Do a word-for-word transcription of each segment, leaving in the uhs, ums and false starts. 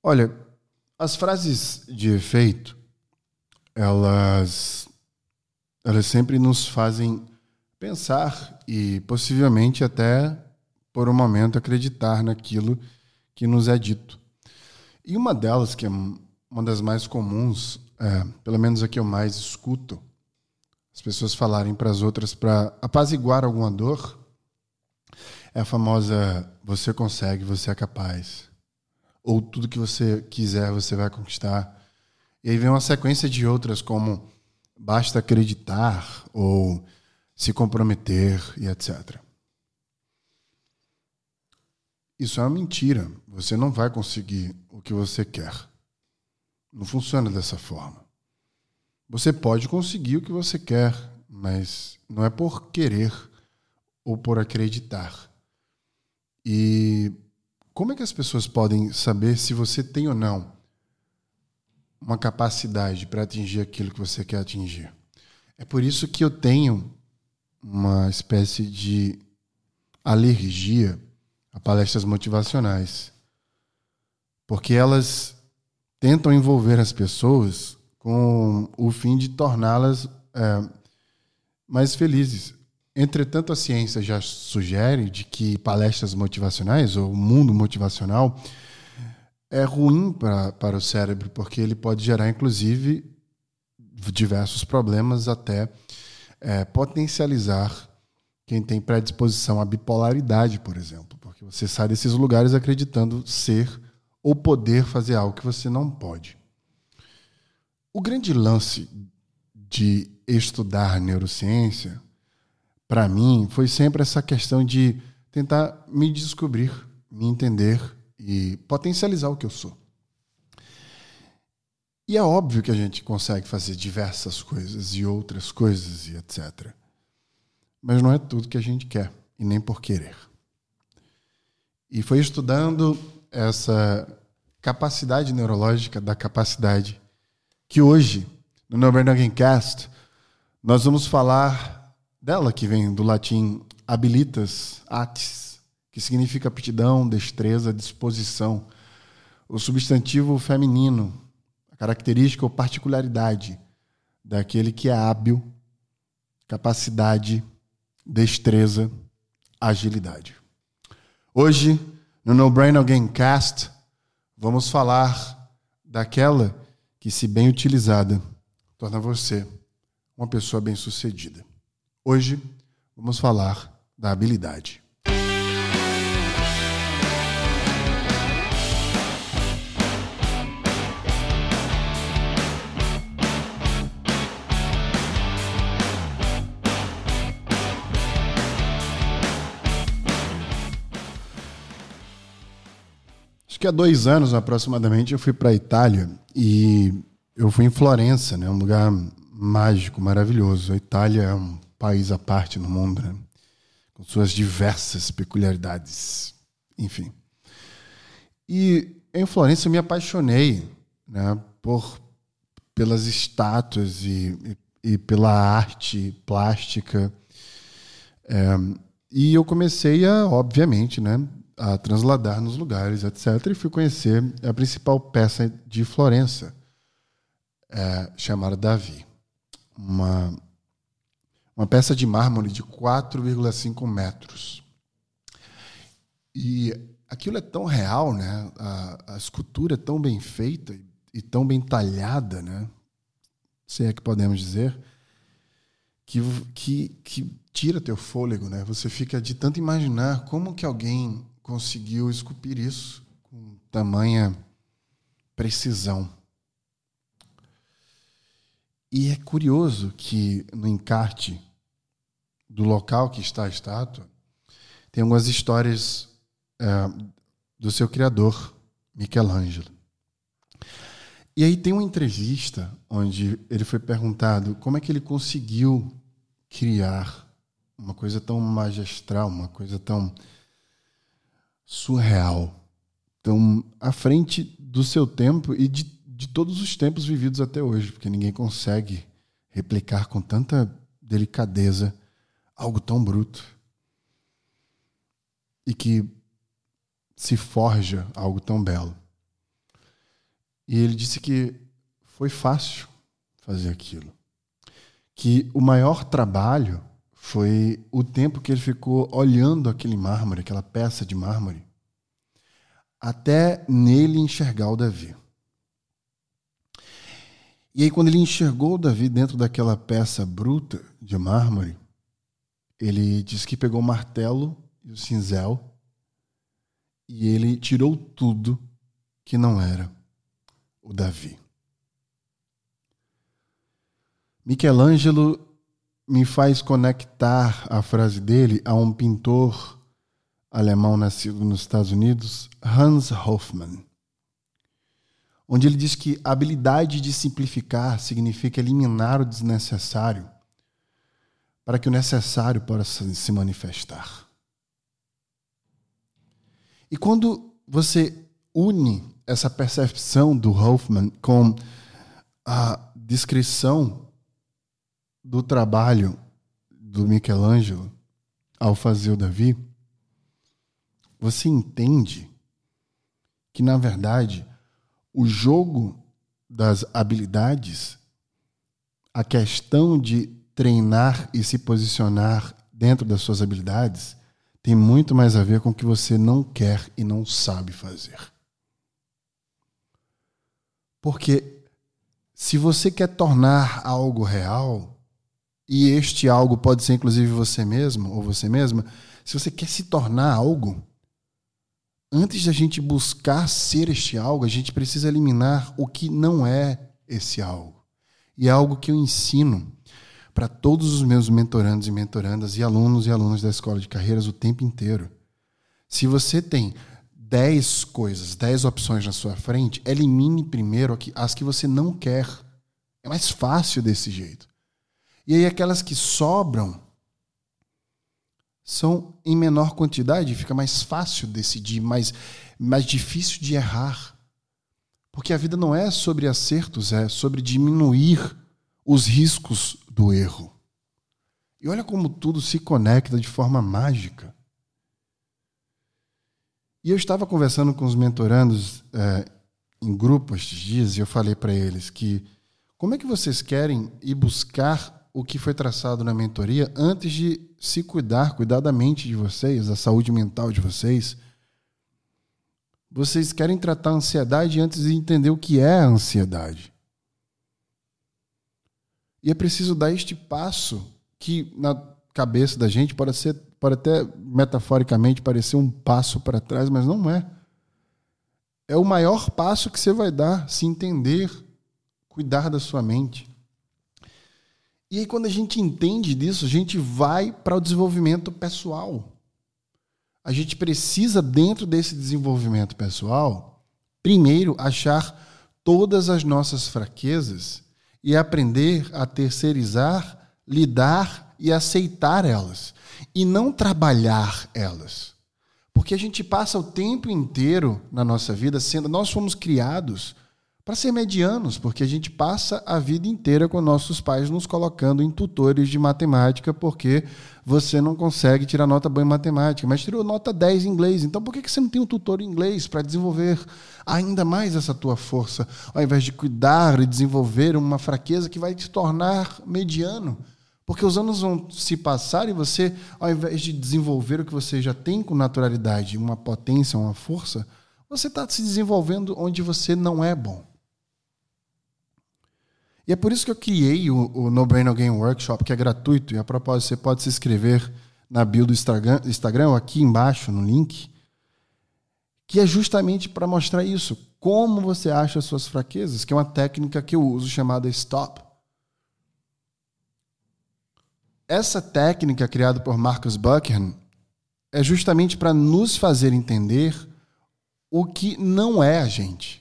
Olha, as frases de efeito, elas, elas sempre nos fazem pensar e possivelmente até, por um momento, acreditar naquilo que nos é dito. E uma delas, que é uma das mais comuns, é, pelo menos a que eu mais escuto, as pessoas falarem para as outras para apaziguar alguma dor, é a famosa: você consegue, você é capaz. Ou tudo que você quiser, você vai conquistar. E aí vem uma sequência de outras, como basta acreditar, ou se comprometer, e etcétera. Isso é uma mentira. Você não vai conseguir o que você quer. Não funciona dessa forma. Você pode conseguir o que você quer, mas não é por querer ou por acreditar. E como é que as pessoas podem saber se você tem ou não uma capacidade para atingir aquilo que você quer atingir? É por isso que eu tenho uma espécie de alergia a palestras motivacionais. Porque elas tentam envolver as pessoas com o fim de torná-las é, mais felizes. Entretanto, a ciência já sugere de que palestras motivacionais, ou o mundo motivacional, é ruim pra, para o cérebro, porque ele pode gerar, inclusive, diversos problemas, até é, potencializar quem tem predisposição à bipolaridade, por exemplo. Porque você sai desses lugares acreditando ser ou poder fazer algo que você não pode. O grande lance de estudar neurociência, para mim, foi sempre essa questão de tentar me descobrir, me entender e potencializar o que eu sou. E é óbvio que a gente consegue fazer diversas coisas e outras coisas e etcétera. Mas não é tudo que a gente quer, e nem por querer. E foi estudando essa capacidade neurológica da capacidade que hoje, no No Brain No Gain Cast, nós vamos falar dela, que vem do latim habilitas, atis, que significa aptidão, destreza, disposição. O substantivo feminino, a característica ou particularidade daquele que é hábil, capacidade, destreza, agilidade. Hoje, no No Brain No Gain Cast, vamos falar daquela que, se bem utilizada, torna você uma pessoa bem-sucedida. Hoje, vamos falar da habilidade. Acho que há dois anos, aproximadamente, eu fui para a Itália e eu fui em Florença, né? Um lugar mágico, maravilhoso. A Itália é um país à parte no mundo, né? Com suas diversas peculiaridades, enfim. E em Florença eu me apaixonei, né, por, pelas estátuas e, e, e pela arte plástica. É, e eu comecei a, obviamente, né, a transladar nos lugares, etcétera. E fui conhecer a principal peça de Florença, é, chamada Davi. Uma, uma peça de mármore de quatro vírgula cinco metros. E aquilo é tão real, né? A, a escultura é tão bem feita e, e tão bem talhada, né? Se é que podemos dizer, que, que, que tira teu fôlego, né? Você fica de tanto imaginar como que alguém conseguiu esculpir isso com tamanha precisão. E é curioso que no encarte do local que está a estátua tem algumas histórias é, do seu criador, Michelangelo. E aí tem uma entrevista onde ele foi perguntado como é que ele conseguiu criar uma coisa tão magistral, uma coisa tão surreal, tão à frente do seu tempo e de, de todos os tempos vividos até hoje, porque ninguém consegue replicar com tanta delicadeza algo tão bruto e que se forja algo tão belo. E ele disse que foi fácil fazer aquilo. Que o maior trabalho foi o tempo que ele ficou olhando aquele mármore, aquela peça de mármore, até nele enxergar o Davi. E aí, quando ele enxergou o Davi dentro daquela peça bruta de mármore, ele disse que pegou o martelo e o cinzel e ele tirou tudo que não era o Davi. Michelangelo me faz conectar a frase dele a um pintor alemão nascido nos Estados Unidos, Hans Hofmann, onde ele diz que a habilidade de simplificar significa eliminar o desnecessário para que o necessário possa se manifestar. E quando você une essa percepção do Hofmann com a descrição do trabalho do Michelangelo ao fazer o Davi, você entende que, na verdade, o jogo das habilidades, a questão de treinar e se posicionar dentro das suas habilidades, tem muito mais a ver com o que você não quer e não sabe fazer. Porque se você quer tornar algo real, e este algo pode ser inclusive você mesmo ou você mesma, se você quer se tornar algo, antes da gente buscar ser este algo, a gente precisa eliminar o que não é esse algo. E é algo que eu ensino para todos os meus mentorandos e mentorandas e alunos e alunas da Escola de Carreiras o tempo inteiro. Se você tem dez coisas, dez opções na sua frente, elimine primeiro as que você não quer. É mais fácil desse jeito. E aí aquelas que sobram são em menor quantidade, fica mais fácil decidir, mais, mais difícil de errar. Porque a vida não é sobre acertos, é sobre diminuir os riscos do erro. E olha como tudo se conecta de forma mágica. E eu estava conversando com os mentorandos é, em grupo estes dias e eu falei para eles que como é que vocês querem ir buscar o que foi traçado na mentoria antes de se cuidar, cuidar da mente de vocês, da saúde mental de vocês? Vocês querem tratar a ansiedade antes de entender o que é a ansiedade. E é preciso dar este passo que na cabeça da gente pode ser, pode até metaforicamente parecer um passo para trás, mas não é. É o maior passo que você vai dar, se entender, cuidar da sua mente. E aí, quando a gente entende disso, a gente vai para o desenvolvimento pessoal. A gente precisa, dentro desse desenvolvimento pessoal, primeiro achar todas as nossas fraquezas e aprender a terceirizar, lidar e aceitar elas. E não trabalhar elas. Porque a gente passa o tempo inteiro na nossa vida sendo... Nós fomos criados para ser medianos, porque a gente passa a vida inteira com nossos pais nos colocando em tutores de matemática, porque você não consegue tirar nota boa em matemática, mas tirou nota dez em inglês. Então por que você não tem um tutor em inglês para desenvolver ainda mais essa tua força, ao invés de cuidar e desenvolver uma fraqueza que vai te tornar mediano? Porque os anos vão se passar e você, ao invés de desenvolver o que você já tem com naturalidade, uma potência, uma força, você está se desenvolvendo onde você não é bom. E é por isso que eu criei o, o No Brain No Game Workshop, que é gratuito. E a propósito, você pode se inscrever na bio do Instagram, Instagram ou aqui embaixo no link, que é justamente para mostrar isso. Como você acha as suas fraquezas, que é uma técnica que eu uso chamada STOP. Essa técnica criada por Marcus Buchan é justamente para nos fazer entender o que não é a gente.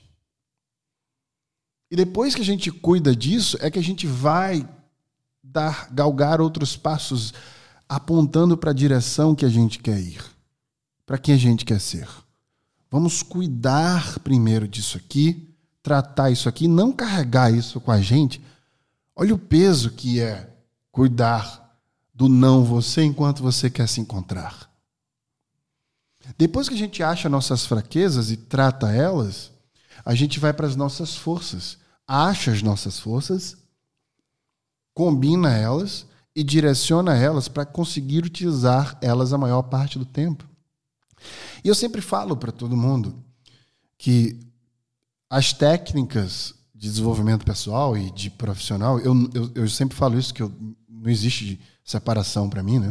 E depois que a gente cuida disso, é que a gente vai dar, galgar outros passos apontando para a direção que a gente quer ir, para quem a gente quer ser. Vamos cuidar primeiro disso aqui, tratar isso aqui, não carregar isso com a gente. Olha o peso que é cuidar do não você enquanto você quer se encontrar. Depois que a gente acha nossas fraquezas e trata elas, A gente vai para as nossas forças, acha as nossas forças, combina elas e direciona elas para conseguir utilizar elas a maior parte do tempo. E eu sempre falo para todo mundo que as técnicas de desenvolvimento pessoal e de profissional, eu, eu, eu sempre falo isso, que eu, não existe separação para mim, né?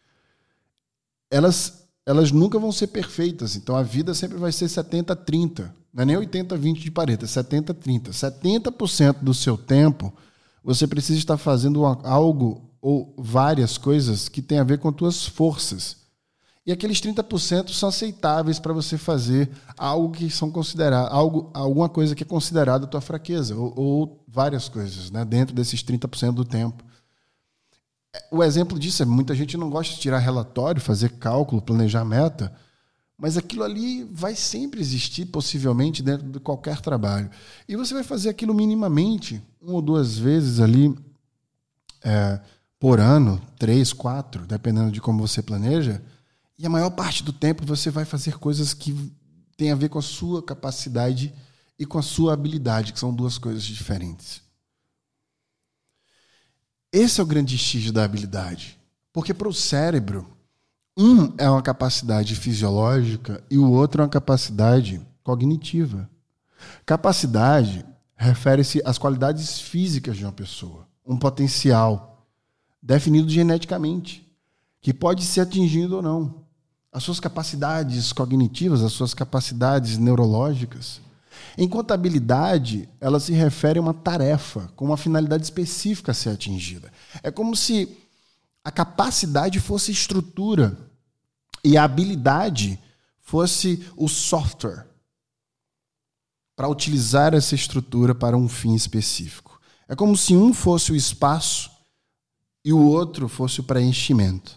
Elas, elas nunca vão ser perfeitas. Então a vida sempre vai ser setenta a trinta. Não é nem oitenta a vinte de Pareto, é setenta a trinta. setenta por cento do seu tempo você precisa estar fazendo algo ou várias coisas que tem a ver com as tuas forças. E aqueles trinta por cento são aceitáveis para você fazer algo que são considerados, algo, alguma coisa que é considerada a tua fraqueza, ou, ou várias coisas, né, dentro desses trinta por cento do tempo. O exemplo disso é muita gente não gosta de tirar relatório, fazer cálculo, planejar meta, mas aquilo ali vai sempre existir, possivelmente, dentro de qualquer trabalho. E você vai fazer aquilo minimamente, uma ou duas vezes ali é, por ano, três, quatro, dependendo de como você planeja. E a maior parte do tempo você vai fazer coisas que têm a ver com a sua capacidade e com a sua habilidade, que são duas coisas diferentes. Esse é o grande X da habilidade. Porque para o cérebro, um é uma capacidade fisiológica e o outro é uma capacidade cognitiva. Capacidade refere-se às qualidades físicas de uma pessoa, um potencial definido geneticamente, que pode ser atingido ou não. As suas capacidades cognitivas, as suas capacidades neurológicas. Enquanto a habilidade, ela se refere a uma tarefa com uma finalidade específica a ser atingida. É como se a capacidade fosse estrutura e a habilidade fosse o software para utilizar essa estrutura para um fim específico. É como se um fosse o espaço e o outro fosse o preenchimento.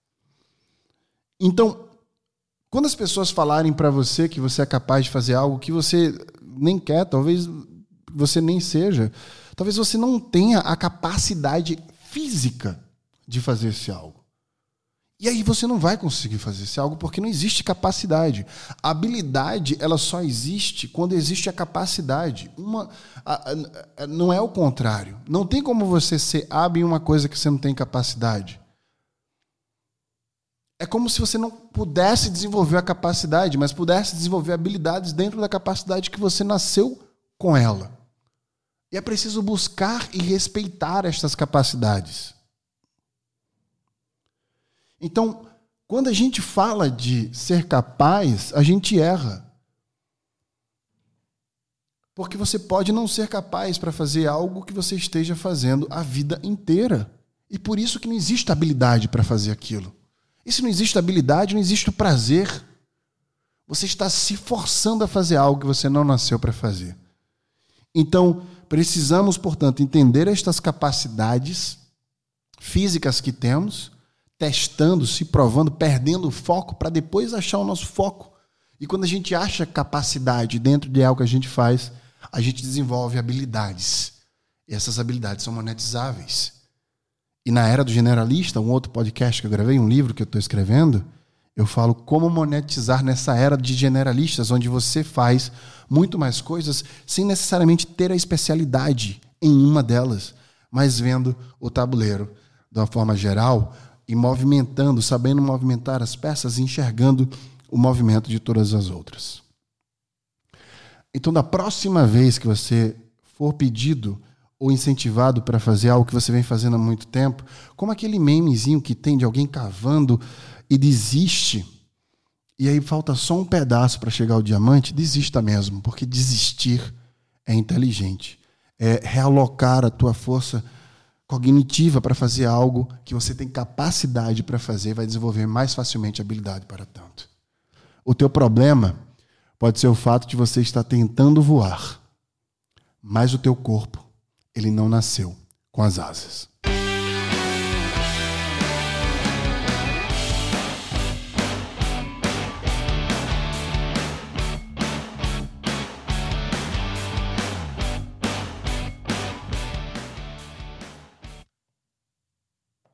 Então, quando as pessoas falarem para você que você é capaz de fazer algo que você nem quer, talvez você nem seja, talvez você não tenha a capacidade física de fazer esse algo. E aí você não vai conseguir fazer esse algo porque não existe capacidade. A habilidade, ela só existe quando existe a capacidade. Uma, a, a, não é o contrário. Não tem como você ser hábil em uma coisa que você não tem capacidade. É como se você não pudesse desenvolver a capacidade, mas pudesse desenvolver habilidades dentro da capacidade que você nasceu com ela. E é preciso buscar e respeitar estas capacidades. Então, quando a gente fala de ser capaz, a gente erra. Porque você pode não ser capaz para fazer algo que você esteja fazendo a vida inteira. E por isso que não existe habilidade para fazer aquilo. E se não existe habilidade, não existe o prazer. Você está se forçando a fazer algo que você não nasceu para fazer. Então, precisamos, portanto, entender estas capacidades físicas que temos, testando, se provando, perdendo o foco para depois achar o nosso foco. E quando a gente acha capacidade dentro de algo que a gente faz, a gente desenvolve habilidades. E essas habilidades são monetizáveis. E na Era do Generalista, um outro podcast que eu gravei, um livro que eu estou escrevendo, eu falo como monetizar nessa era de generalistas, onde você faz muito mais coisas sem necessariamente ter a especialidade em uma delas, mas vendo o tabuleiro de uma forma geral e movimentando, sabendo movimentar as peças e enxergando o movimento de todas as outras. Então, da próxima vez que você for pedido ou incentivado para fazer algo que você vem fazendo há muito tempo, como aquele memezinho que tem de alguém cavando e desiste, e aí falta só um pedaço para chegar ao diamante, desista mesmo, porque desistir é inteligente. É realocar a tua força cognitiva para fazer algo que você tem capacidade para fazer e vai desenvolver mais facilmente habilidade para tanto. O teu problema pode ser o fato de você estar tentando voar, mas o teu corpo ele não nasceu com as asas.